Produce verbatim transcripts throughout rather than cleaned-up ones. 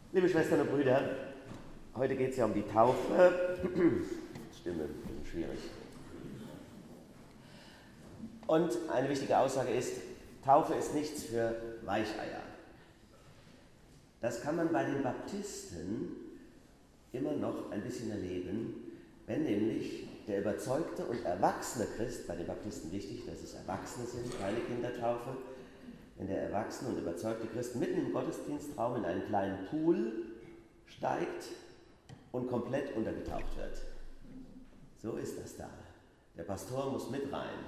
Liebe Schwestern und Brüder, heute geht es ja um die Taufe. Stimme, schwierig. Und eine wichtige Aussage ist, Taufe ist nichts für Weicheier. Das kann man bei den Baptisten immer noch ein bisschen erleben, wenn nämlich der überzeugte und erwachsene Christ, bei den Baptisten wichtig, dass es Erwachsene sind, keine Kindertaufe, wenn der erwachsene und überzeugte Christ mitten im Gottesdienstraum in einen kleinen Pool steigt und komplett untergetaucht wird. So ist das da. Der Pastor muss mit rein.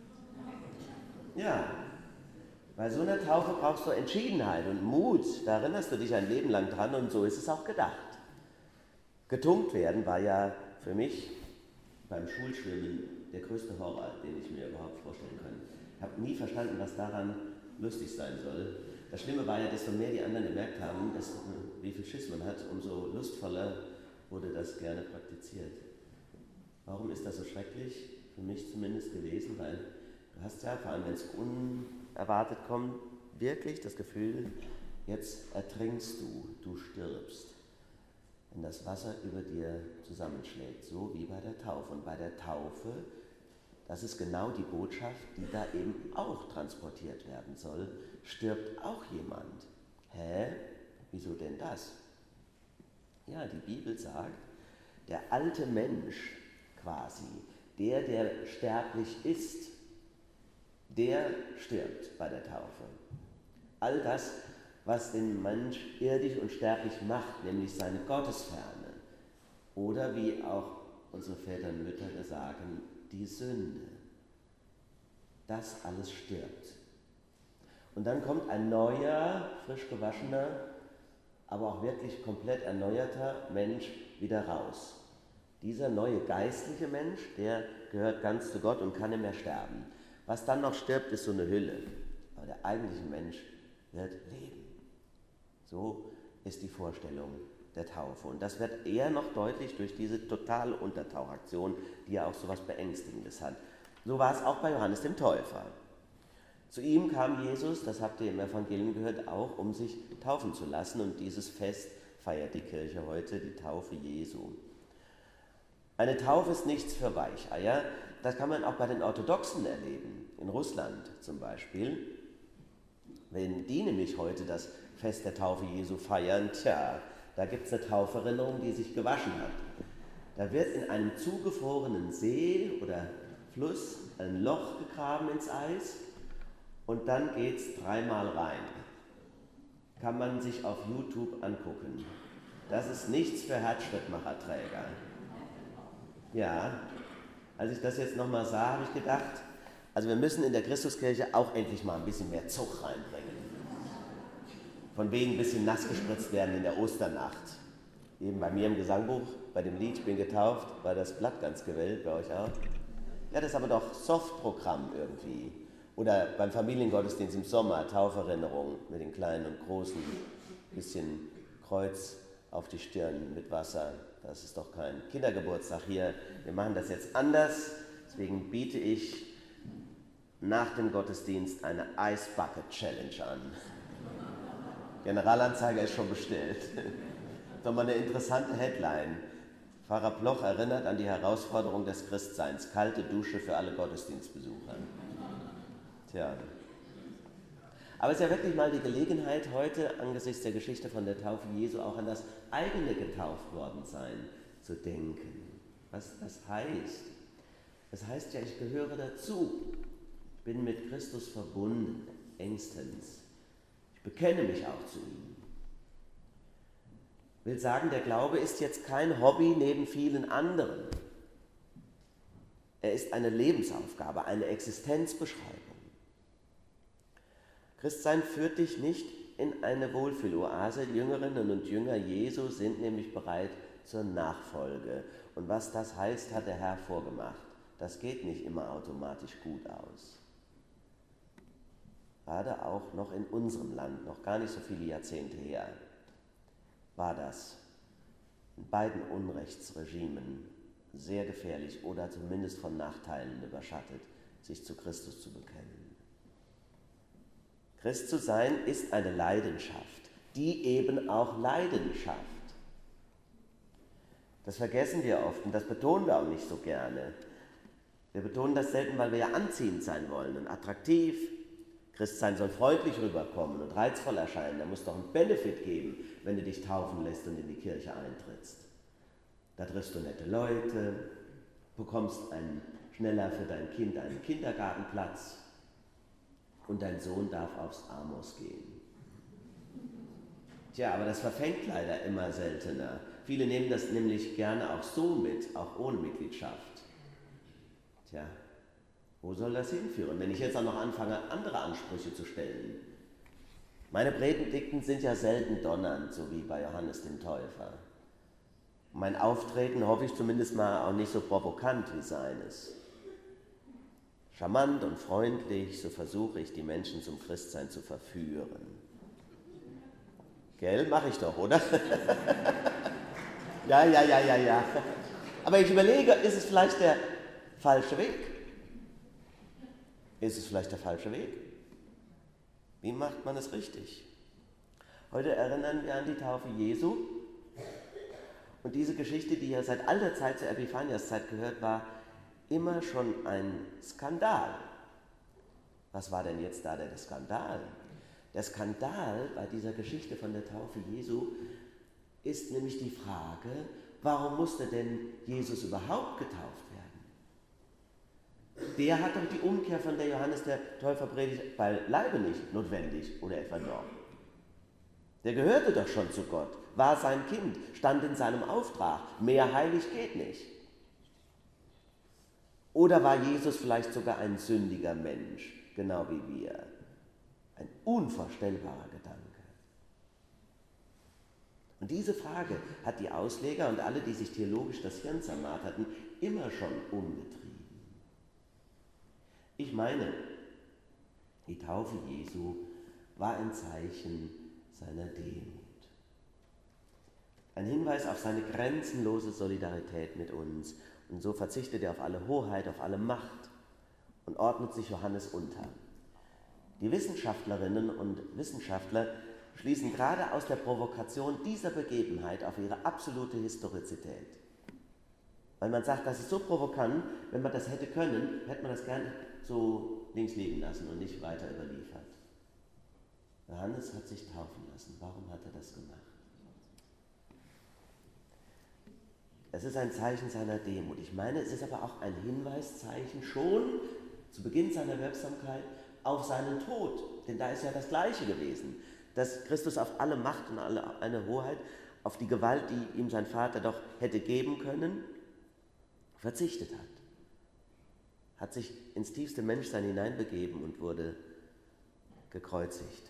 Ja, bei so einer Taufe brauchst du Entschiedenheit und Mut. Da erinnerst du dich ein Leben lang dran und so ist es auch gedacht. Getunkt werden war ja für mich beim Schulschwimmen der größte Horror, den ich mir überhaupt vorstellen kann. Ich habe nie verstanden, was daran lustig sein soll. Das Schlimme war ja, desto mehr die anderen gemerkt haben, dass, wie viel Schiss man hat, umso lustvoller wurde das gerne praktiziert. Warum ist das so schrecklich? Für mich zumindest gewesen, weil du hast ja, vor allem wenn es unerwartet kommt, wirklich das Gefühl, jetzt ertrinkst du, du stirbst, wenn das Wasser über dir zusammenschlägt, so wie bei der Taufe. Und bei der Taufe, das ist genau die Botschaft, die da eben auch transportiert werden soll, stirbt auch jemand. Hä? Wieso denn das? Ja, die Bibel sagt, der alte Mensch quasi, der, der sterblich ist, der stirbt bei der Taufe. All das, was den Mensch irdisch und sterblich macht, nämlich seine Gottesferne. Oder wie auch unsere Väter und Mütter sagen, die Sünde. Das alles stirbt. Und dann kommt ein neuer, frisch gewaschener, aber auch wirklich komplett erneuerter Mensch wieder raus. Dieser neue geistliche Mensch, der gehört ganz zu Gott und kann nicht mehr sterben. Was dann noch stirbt, ist so eine Hülle. Aber der eigentliche Mensch wird leben. So ist die Vorstellung der Taufe. Und das wird eher noch deutlich durch diese totale Untertauchaktion, die ja auch so etwas Beängstigendes hat. So war es auch bei Johannes dem Täufer. Zu ihm kam Jesus, das habt ihr im Evangelium gehört, auch um sich taufen zu lassen. Und dieses Fest feiert die Kirche heute, die Taufe Jesu. Eine Taufe ist nichts für Weicheier. Das kann man auch bei den Orthodoxen erleben, in Russland zum Beispiel. Wenn die nämlich heute das Fest der Taufe Jesu feiern, tja, da gibt es eine Tauferinnerung, die sich gewaschen hat. Da wird in einem zugefrorenen See oder Fluss ein Loch gegraben ins Eis und dann geht es dreimal rein. Kann man sich auf YouTube angucken. Das ist nichts für Herzschrittmacherträger. Ja, als ich das jetzt nochmal sah, habe ich gedacht, also wir müssen in der Christuskirche auch endlich mal ein bisschen mehr Zug reinbringen. Von wegen ein bisschen nass gespritzt werden in der Osternacht. Eben bei mir im Gesangbuch, bei dem Lied "Ich bin getauft", war das Blatt ganz gewellt, bei euch auch. Ja, das ist aber doch Softprogramm irgendwie. Oder beim Familiengottesdienst im Sommer, Tauferinnerung mit den kleinen und großen, bisschen Kreuz auf die Stirn mit Wasser. Das ist doch kein Kindergeburtstag hier. Wir machen das jetzt anders. Deswegen biete ich nach dem Gottesdienst eine Ice Bucket Challenge an. Generalanzeiger ist schon bestellt. Doch mal eine interessante Headline. Pfarrer Bloch erinnert an die Herausforderung des Christseins. Kalte Dusche für alle Gottesdienstbesucher. Tja. Aber es ist ja wirklich mal die Gelegenheit, heute angesichts der Geschichte von der Taufe Jesu auch an das eigene getauft worden sein zu denken. Was das heißt. Das heißt ja, ich gehöre dazu. Ich bin mit Christus verbunden, engstens. Ich bekenne mich auch zu ihm. Ich will sagen, der Glaube ist jetzt kein Hobby neben vielen anderen. Er ist eine Lebensaufgabe, eine Existenzbeschreibung. Christsein führt dich nicht in eine Wohlfühloase. Die Jüngerinnen und Jünger Jesu sind nämlich bereit zur Nachfolge. Und was das heißt, hat der Herr vorgemacht. Das geht nicht immer automatisch gut aus. Gerade auch noch in unserem Land, noch gar nicht so viele Jahrzehnte her, war das in beiden Unrechtsregimen sehr gefährlich oder zumindest von Nachteilen überschattet, sich zu Christus zu bekennen. Christ zu sein ist eine Leidenschaft, die eben auch Leiden schafft. Das vergessen wir oft und das betonen wir auch nicht so gerne. Wir betonen das selten, weil wir ja anziehend sein wollen und attraktiv. Christsein soll freundlich rüberkommen und reizvoll erscheinen. Da muss doch einen Benefit geben, wenn du dich taufen lässt und in die Kirche eintrittst. Da triffst du nette Leute, bekommst einen, schneller für dein Kind einen Kindergartenplatz und dein Sohn darf aufs Amos gehen. Tja, aber das verfängt leider immer seltener. Viele nehmen das nämlich gerne auch so mit, auch ohne Mitgliedschaft. Tja, wo soll das hinführen, wenn ich jetzt auch noch anfange, andere Ansprüche zu stellen? Meine Predigten sind ja selten donnernd, so wie bei Johannes dem Täufer. Mein Auftreten hoffe ich zumindest mal auch nicht so provokant wie seines. Charmant und freundlich, so versuche ich, die Menschen zum Christsein zu verführen. Gell, mache ich doch, oder? Ja, ja, ja, ja, ja. Aber ich überlege, ist es vielleicht der falsche Weg? Ist es vielleicht der falsche Weg? Wie macht man es richtig? Heute erinnern wir an die Taufe Jesu. Und diese Geschichte, die ja seit alter Zeit zur Epiphaniaszeit gehört, war immer schon ein Skandal. Was war denn jetzt da der Skandal? Der Skandal bei dieser Geschichte von der Taufe Jesu ist nämlich die Frage, warum musste denn Jesus überhaupt getauft werden? Der hat doch die Umkehr, von der Johannes der Täufer predigt, beileibe nicht notwendig, oder etwa doch? Der gehörte doch schon zu Gott, war sein Kind, stand in seinem Auftrag. Mehr heilig geht nicht. Oder war Jesus vielleicht sogar ein sündiger Mensch, genau wie wir? Ein unvorstellbarer Gedanke. Und diese Frage hat die Ausleger und alle, die sich theologisch das Hirn zermartert hatten, immer schon umgetrieben. Ich meine, die Taufe Jesu war ein Zeichen seiner Demut. Ein Hinweis auf seine grenzenlose Solidarität mit uns. Und so verzichtet er auf alle Hoheit, auf alle Macht und ordnet sich Johannes unter. Die Wissenschaftlerinnen und Wissenschaftler schließen gerade aus der Provokation dieser Begebenheit auf ihre absolute Historizität. Weil man sagt, das ist so provokant, wenn man das hätte können, hätte man das gern so links liegen lassen und nicht weiter überliefert. Johannes hat sich taufen lassen. Warum hat er das gemacht? Es ist ein Zeichen seiner Demut. Ich meine, es ist aber auch ein Hinweiszeichen schon zu Beginn seiner Wirksamkeit auf seinen Tod. Denn da ist ja das Gleiche gewesen, dass Christus auf alle Macht und alle, eine Hoheit, auf die Gewalt, die ihm sein Vater doch hätte geben können, verzichtet hat. Hat sich ins tiefste Menschsein hineinbegeben und wurde gekreuzigt,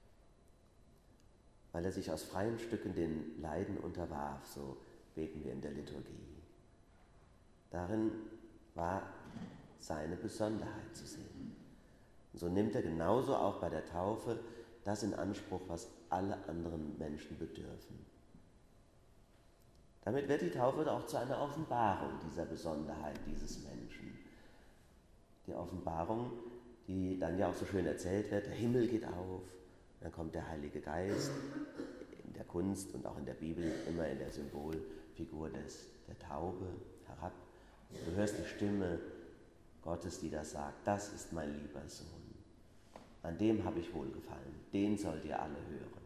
weil er sich aus freien Stücken den Leiden unterwarf, so beten wir in der Liturgie. Darin war seine Besonderheit zu sehen. Und so nimmt er genauso auch bei der Taufe das in Anspruch, was alle anderen Menschen bedürfen. Damit wird die Taufe auch zu einer Offenbarung dieser Besonderheit dieses Menschen. Die Offenbarung, die dann ja auch so schön erzählt wird, der Himmel geht auf, dann kommt der Heilige Geist, in der Kunst und auch in der Bibel immer in der Symbolfigur des, der Taube herab. Du hörst die Stimme Gottes, die das sagt, das ist mein lieber Sohn. An dem habe ich wohlgefallen, den sollt ihr alle hören.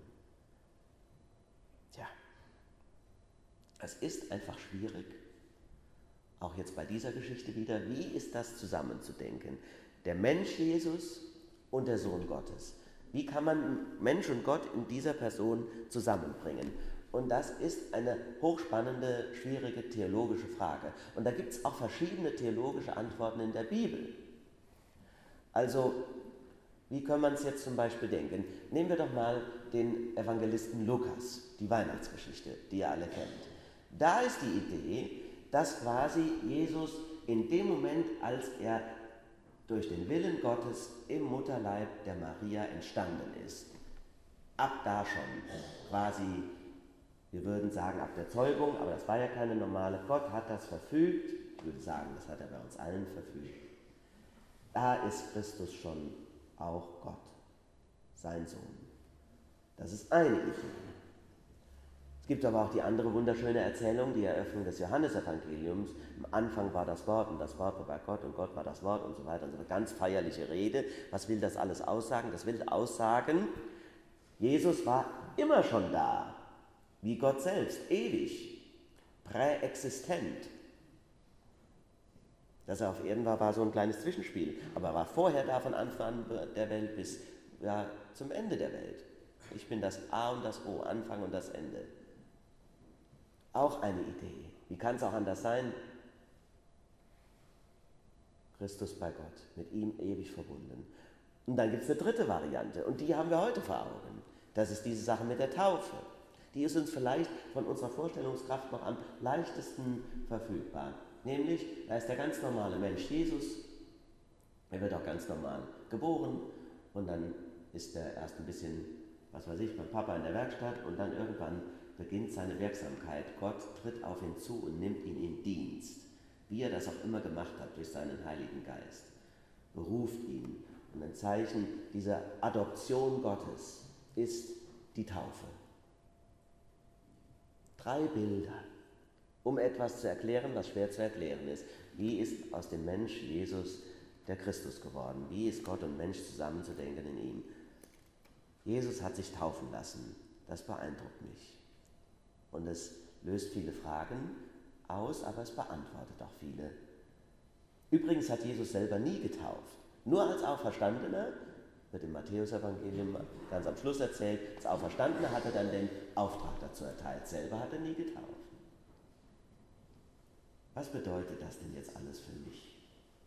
Tja, es ist einfach schwierig, auch jetzt bei dieser Geschichte wieder, wie ist das zusammenzudenken? Der Mensch Jesus und der Sohn Gottes. Wie kann man Mensch und Gott in dieser Person zusammenbringen? Und das ist eine hochspannende, schwierige theologische Frage. Und da gibt es auch verschiedene theologische Antworten in der Bibel. Also, wie kann man es jetzt zum Beispiel denken? Nehmen wir doch mal den Evangelisten Lukas, die Weihnachtsgeschichte, die ihr alle kennt. Da ist die Idee, dass quasi Jesus in dem Moment, als er durch den Willen Gottes im Mutterleib der Maria entstanden ist, ab da schon quasi, wir würden sagen ab der Zeugung, aber das war ja keine normale, Gott hat das verfügt, ich würde sagen, das hat er bei uns allen verfügt. Da ist Christus schon auch Gott, sein Sohn. Das ist eine Idee. Es gibt aber auch die andere wunderschöne Erzählung, die Eröffnung des Johannesevangeliums. Am Anfang war das Wort und das Wort war bei Gott und Gott war das Wort und so weiter. Und so eine ganz feierliche Rede. Was will das alles aussagen? Das will aussagen, Jesus war immer schon da, wie Gott selbst, ewig, präexistent. Dass er auf Erden war, war so ein kleines Zwischenspiel. Aber er war vorher da, von Anfang der Welt bis ja, zum Ende der Welt. Ich bin das A und das O, Anfang und das Ende. Auch eine Idee. Wie kann es auch anders sein? Christus bei Gott, mit ihm ewig verbunden. Und dann gibt es eine dritte Variante und die haben wir heute vor Augen. Das ist diese Sache mit der Taufe. Die ist uns vielleicht von unserer Vorstellungskraft noch am leichtesten verfügbar. Nämlich, da ist der ganz normale Mensch Jesus, er wird auch ganz normal geboren und dann ist er erst ein bisschen, was weiß ich, beim Papa in der Werkstatt und dann irgendwann beginnt seine Wirksamkeit. Gott tritt auf ihn zu und nimmt ihn in Dienst, wie er das auch immer gemacht hat durch seinen Heiligen Geist. Beruft ihn. Und ein Zeichen dieser Adoption Gottes ist die Taufe. Drei Bilder, um etwas zu erklären, was schwer zu erklären ist. Wie ist aus dem Mensch Jesus der Christus geworden? Wie ist Gott und Mensch zusammenzudenken in ihm? Jesus hat sich taufen lassen. Das beeindruckt mich. Und es löst viele Fragen aus, aber es beantwortet auch viele. Übrigens hat Jesus selber nie getauft. Nur als Auferstandener, wird im Matthäus-Evangelium ganz am Schluss erzählt, als Auferstandener hat er dann den Auftrag dazu erteilt. Selber hat er nie getauft. Was bedeutet das denn jetzt alles für mich?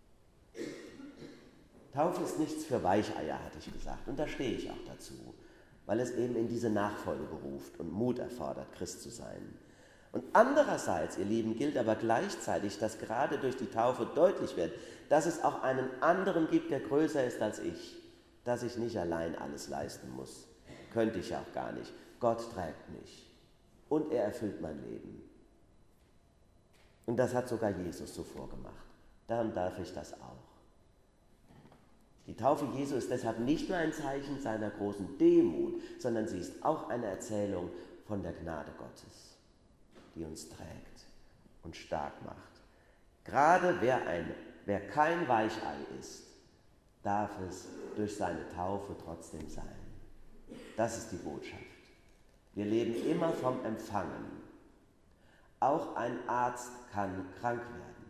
Taufe ist nichts für Weicheier, hatte ich gesagt. Und da stehe ich auch dazu, weil es eben in diese Nachfolge beruft und Mut erfordert, Christ zu sein. Und andererseits, ihr Lieben, gilt aber gleichzeitig, dass gerade durch die Taufe deutlich wird, dass es auch einen anderen gibt, der größer ist als ich, dass ich nicht allein alles leisten muss. Könnte ich auch gar nicht. Gott trägt mich und er erfüllt mein Leben. Und das hat sogar Jesus so vorgemacht. Dann darf ich das auch. Die Taufe Jesu ist deshalb nicht nur ein Zeichen seiner großen Demut, sondern sie ist auch eine Erzählung von der Gnade Gottes, die uns trägt und stark macht. Gerade wer, ein, wer kein Weichei ist, darf es durch seine Taufe trotzdem sein. Das ist die Botschaft. Wir leben immer vom Empfangen. Auch ein Arzt kann krank werden.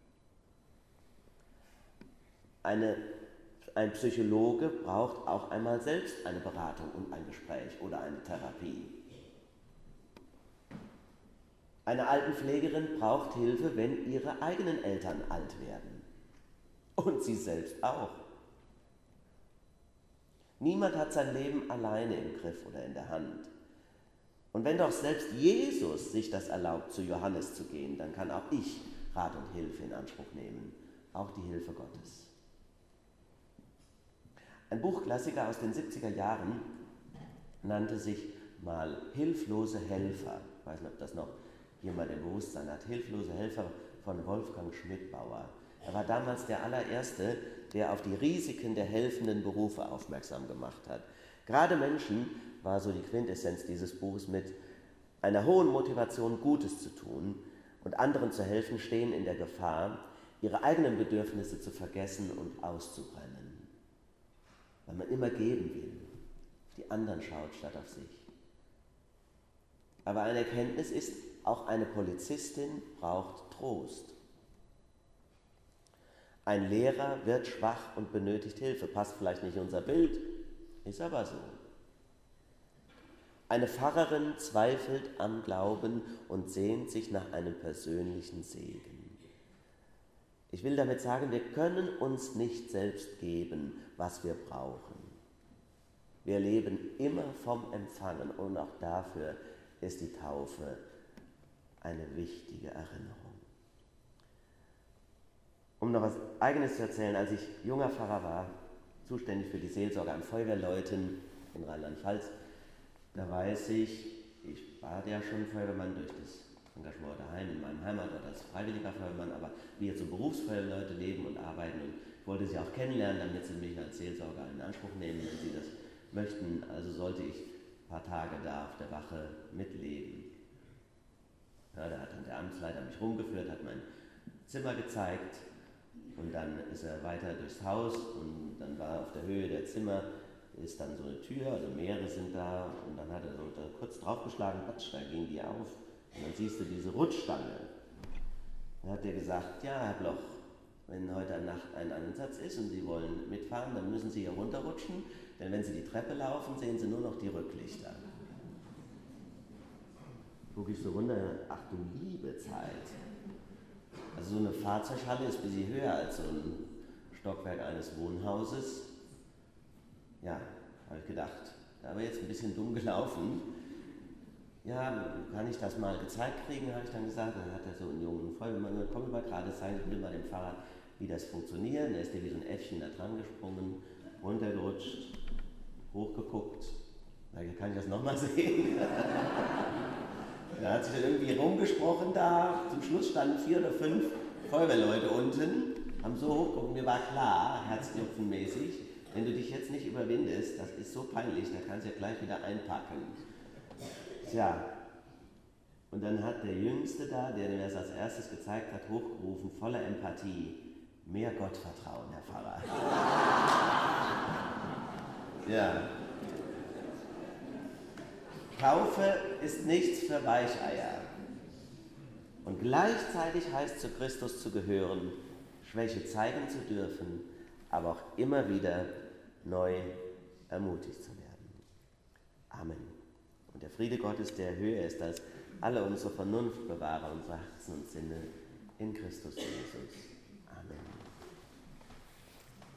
Eine Ein Psychologe braucht auch einmal selbst eine Beratung und ein Gespräch oder eine Therapie. Eine Altenpflegerin braucht Hilfe, wenn ihre eigenen Eltern alt werden. Und sie selbst auch. Niemand hat sein Leben alleine im Griff oder in der Hand. Und wenn doch selbst Jesus sich das erlaubt, zu Johannes zu gehen, dann kann auch ich Rat und Hilfe in Anspruch nehmen, auch die Hilfe Gottes. Ein Buchklassiker aus den siebziger Jahren nannte sich mal Hilflose Helfer. Ich weiß nicht, ob das noch jemand im Bewusstsein hat. Hilflose Helfer von Wolfgang Schmidbauer. Er war damals der allererste, der auf die Risiken der helfenden Berufe aufmerksam gemacht hat. Gerade Menschen, war so die Quintessenz dieses Buches, mit einer hohen Motivation, Gutes zu tun und anderen zu helfen, stehen in der Gefahr, ihre eigenen Bedürfnisse zu vergessen und auszubrennen. Weil man immer geben will, auf die anderen schaut statt auf sich. Aber eine Erkenntnis ist, auch eine Polizistin braucht Trost. Ein Lehrer wird schwach und benötigt Hilfe. Passt vielleicht nicht in unser Bild, ist aber so. Eine Pfarrerin zweifelt am Glauben und sehnt sich nach einem persönlichen Segen. Ich will damit sagen, wir können uns nicht selbst geben, was wir brauchen. Wir leben immer vom Empfangen und auch dafür ist die Taufe eine wichtige Erinnerung. Um noch was Eigenes zu erzählen, als ich junger Pfarrer war, zuständig für die Seelsorge an Feuerwehrleuten in Rheinland-Pfalz, da weiß ich, ich war ja schon Feuerwehrmann durch das Engagement daheim in meinem Heimatort als freiwilliger Feuerwehrmann, aber wie jetzt so Berufsfeuerwehrleute leben und arbeiten, und ich wollte sie auch kennenlernen, damit sie mich als Seelsorger in Anspruch nehmen, wenn sie das möchten. Also sollte ich paar Tage da auf der Wache mitleben. Ja, da hat dann der Amtsleiter mich rumgeführt, hat mein Zimmer gezeigt und dann ist er weiter durchs Haus und dann war auf der Höhe der Zimmer ist dann so eine Tür, also mehrere sind da und dann hat er so da kurz draufgeschlagen, patsch, da gehen die auf und dann siehst du diese Rutschstange. Dann hat er gesagt, ja Herr Bloch, wenn heute Nacht ein Einsatz ist und Sie wollen mitfahren, dann müssen Sie hier runterrutschen, denn wenn Sie die Treppe laufen, sehen Sie nur noch die Rücklichter. Guck ich so runter, ach du liebe Zeit. Also so eine Fahrzeughalle ist ein bisschen höher als so ein Stockwerk eines Wohnhauses. Ja, habe ich gedacht, da habe ich jetzt ein bisschen dumm gelaufen. Ja, kann ich das mal gezeigt kriegen, habe ich dann gesagt. Dann hat er so einen jungen Feuerwehrmann gesagt, komm mal gerade zeigen, ich will mal dem Fahrrad, wie das funktioniert. Da ist der wie so ein Äffchen da dran gesprungen, runtergerutscht, hochgeguckt. Na, kann ich das nochmal sehen? Da hat sich dann irgendwie rumgesprochen da. Zum Schluss standen vier oder fünf Feuerwehrleute unten, haben so hochgeguckt. Mir war klar, herzklopfenmäßig, wenn du dich jetzt nicht überwindest, das ist so peinlich, da kannst du ja gleich wieder einpacken. Tja, und dann hat der Jüngste da, der mir das als erstes gezeigt hat, hochgerufen, voller Empathie, mehr Gottvertrauen, Herr Pfarrer. Ja. Taufe ist nichts für Weicheier. Und gleichzeitig heißt zu Christus zu gehören, Schwäche zeigen zu dürfen, aber auch immer wieder neu ermutigt zu werden. Amen. Und der Friede Gottes, der höher ist als alle unsere Vernunft, bewahre unsere Herzen und Sinne in Christus Jesus.